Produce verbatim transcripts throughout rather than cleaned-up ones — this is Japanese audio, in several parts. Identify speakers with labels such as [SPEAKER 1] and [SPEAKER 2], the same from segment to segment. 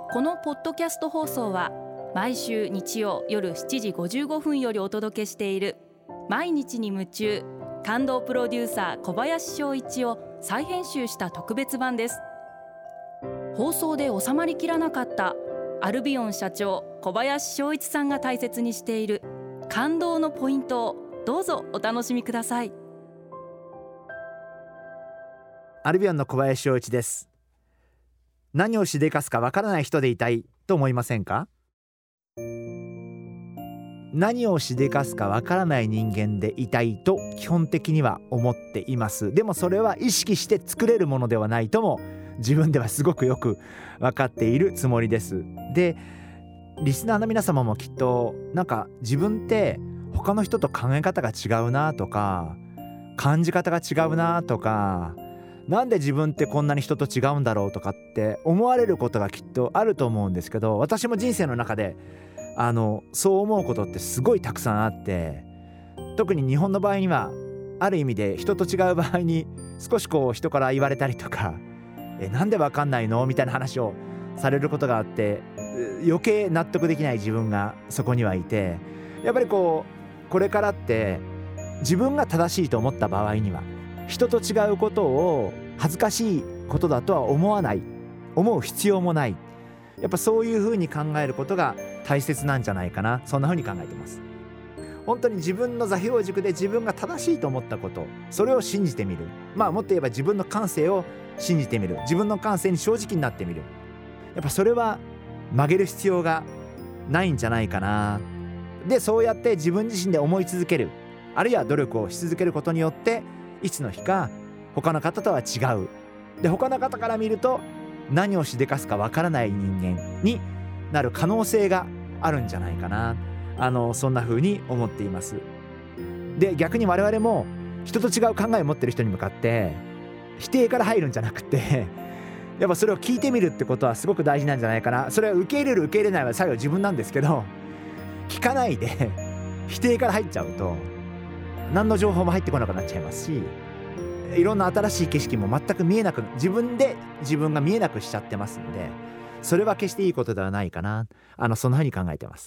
[SPEAKER 1] このポッドキャスト放送は毎週日曜夜しちじごじゅうごふんよりお届けしている毎日に夢中感動プロデューサー小林翔一を再編集した特別版です。放送で収まりきらなかったアルビオン社長小林翔一さんが大切にしている感動のポイントをどうぞお楽しみください。
[SPEAKER 2] アルビオンの小林翔一です。何をしでかすかわからない人でいたいと思いませんか？何をしでかすかわからない人間でいたいと基本的には思っています。でもそれは意識して作れるものではないとも自分ではすごくよく分かっているつもりです。で、リスナーの皆様もきっとなんか自分って他の人と考え方が違うなとか感じ方が違うなとか、なんで自分ってこんなに人と違うんだろうとかって思われることがきっとあると思うんですけど、私も人生の中であのそう思うことってすごいたくさんあって、特に日本の場合にはある意味で人と違う場合に少しこう人から言われたりとか、えなんでわかんないのみたいな話をされることがあって、余計納得できない自分がそこにはいて、やっぱりこうこれからって自分が正しいと思った場合には人と違うことを恥ずかしいことだとは思わない、思う必要もない。やっぱそういうふうに考えることが大切なんじゃないかな、そんなふうに考えてます。本当に自分の座標軸で自分が正しいと思ったこと、それを信じてみる。まあもっと言えば自分の感性を信じてみる。自分の感性に正直になってみる。やっぱそれは曲げる必要がないんじゃないかな。で、そうやって自分自身で思い続ける、あるいは努力をし続けることによっていつの日か他の方とは違う。で、他の方から見ると何をしでかすかわからない人間になる可能性があるんじゃないかな。あのそんな風に思っています。で、逆に我々も人と違う考えを持ってる人に向かって否定から入るんじゃなくて、やっぱそれを聞いてみるってことはすごく大事なんじゃないかな。それは受け入れる受け入れないは最後自分なんですけど、聞かないで否定から入っちゃうと何の情報も入ってこなくなっちゃいますし、いろんな新しい景色も全く見えなく、自分で自分が見えなくしちゃってますんで、それは決していいことではないかな。あのそんなふうに考えてます。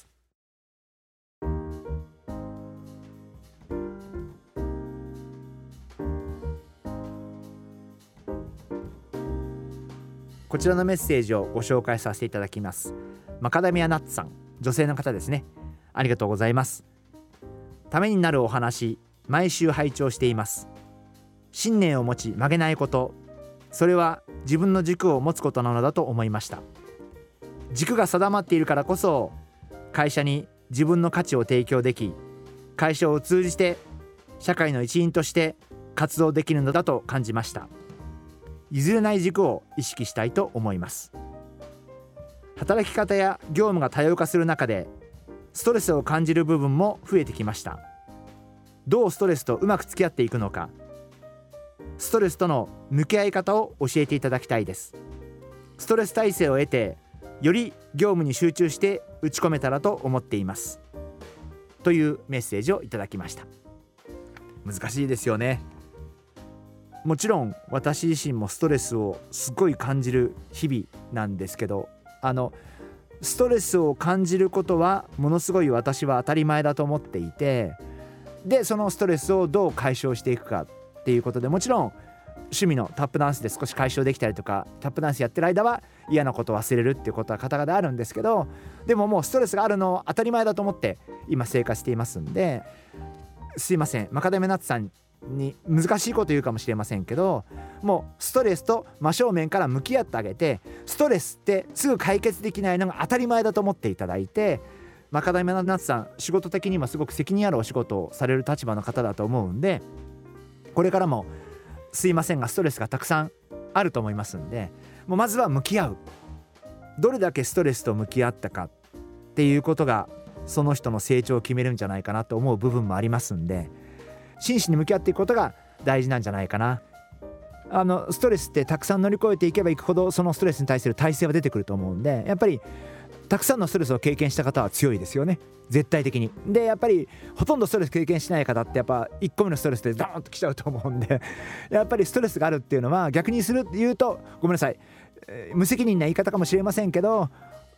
[SPEAKER 2] こちらのメッセージをご紹介させていただきます。マカダミアナッツさん、女性の方ですね。ありがとうございます。ためになるお話、毎週拝聴しています。信念を持ち曲げないこと、それは自分の軸を持つことなのだと思いました。軸が定まっているからこそ会社に自分の価値を提供でき、会社を通じて社会の一員として活動できるのだと感じました。譲れない軸を意識したいと思います。働き方や業務が多様化する中でストレスを感じる部分も増えてきました。どうストレスとうまく付き合っていくのか、ストレスとの向き合い方を教えていただきたいです。ストレス耐性を得てより業務に集中して打ち込めたらと思っています、というメッセージをいただきました。難しいですよね。もちろん私自身もストレスをすごい感じる日々なんですけど、あのストレスを感じることはものすごい私は当たり前だと思っていて、でそのストレスをどう解消していくかっていうことで、もちろん趣味のタップダンスで少し解消できたりとか、タップダンスやってる間は嫌なことを忘れるっていうことは方々あるんですけど、でももうストレスがあるのを当たり前だと思って今生活していますんで、すいません、マカダミアナッツさんに難しいこと言うかもしれませんけど、もうストレスと真正面から向き合ってあげて、ストレスってすぐ解決できないのが当たり前だと思っていただいて、マカダミアナッツさん仕事的にもすごく責任あるお仕事をされる立場の方だと思うんで、これからもすいませんがストレスがたくさんあると思いますんで、もうまずは向き合う、どれだけストレスと向き合ったかっていうことがその人の成長を決めるんじゃないかなと思う部分もありますんで、真摯に向き合っていくことが大事なんじゃないかな。あのストレスってたくさん乗り越えていけばいくほどそのストレスに対する耐性は出てくると思うんで、やっぱりたくさんのストレスを経験した方は強いですよね、絶対的に。でやっぱりほとんどストレス経験しない方ってやっぱいっこめのストレスでドーンときちゃうと思うんで、やっぱりストレスがあるっていうのは逆にする言うとごめんなさい、えー、無責任な言い方かもしれませんけど、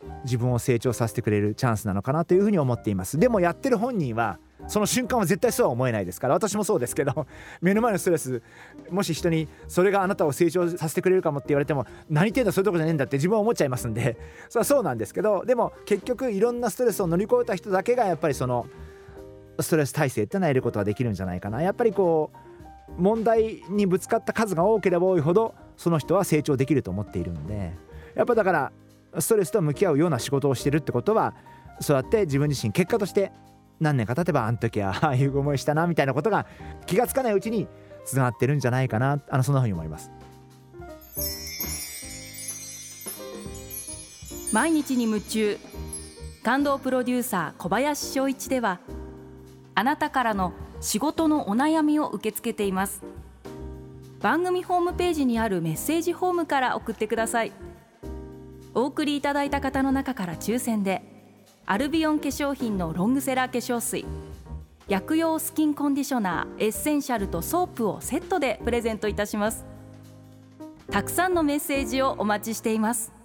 [SPEAKER 2] 自分を成長させてくれるチャンスなのかなというふうに思っています。でもやってる本人はその瞬間は絶対そうは思えないですから、私もそうですけど目の前のストレス、もし人にそれがあなたを成長させてくれるかもって言われても、何言ってんだそういうとこじゃねえんだって自分は思っちゃいますんで、それはそうなんですけど、でも結局いろんなストレスを乗り越えた人だけがやっぱりそのストレス耐性ってのは得ることができるんじゃないかな。やっぱりこう問題にぶつかった数が多ければ多いほどその人は成長できると思っているんで、やっぱだからストレスと向き合うような仕事をしてるってことは、そうやって自分自身結果として何年か経てばあの時はああいう思いしたなみたいなことが気がつかないうちにつながってるんじゃないかな、あのそんなふうに思います。
[SPEAKER 1] 毎日に夢中、感動プロデューサー小林翔一では、あなたからの仕事のお悩みを受け付けています。番組ホームページにあるメッセージフォームから送ってください。お送りいただいた方の中から抽選でアルビオン化粧品のロングセラー化粧水、薬用スキンコンディショナーエッセンシャルとソープをセットでプレゼントいたします。たくさんのメッセージをお待ちしています。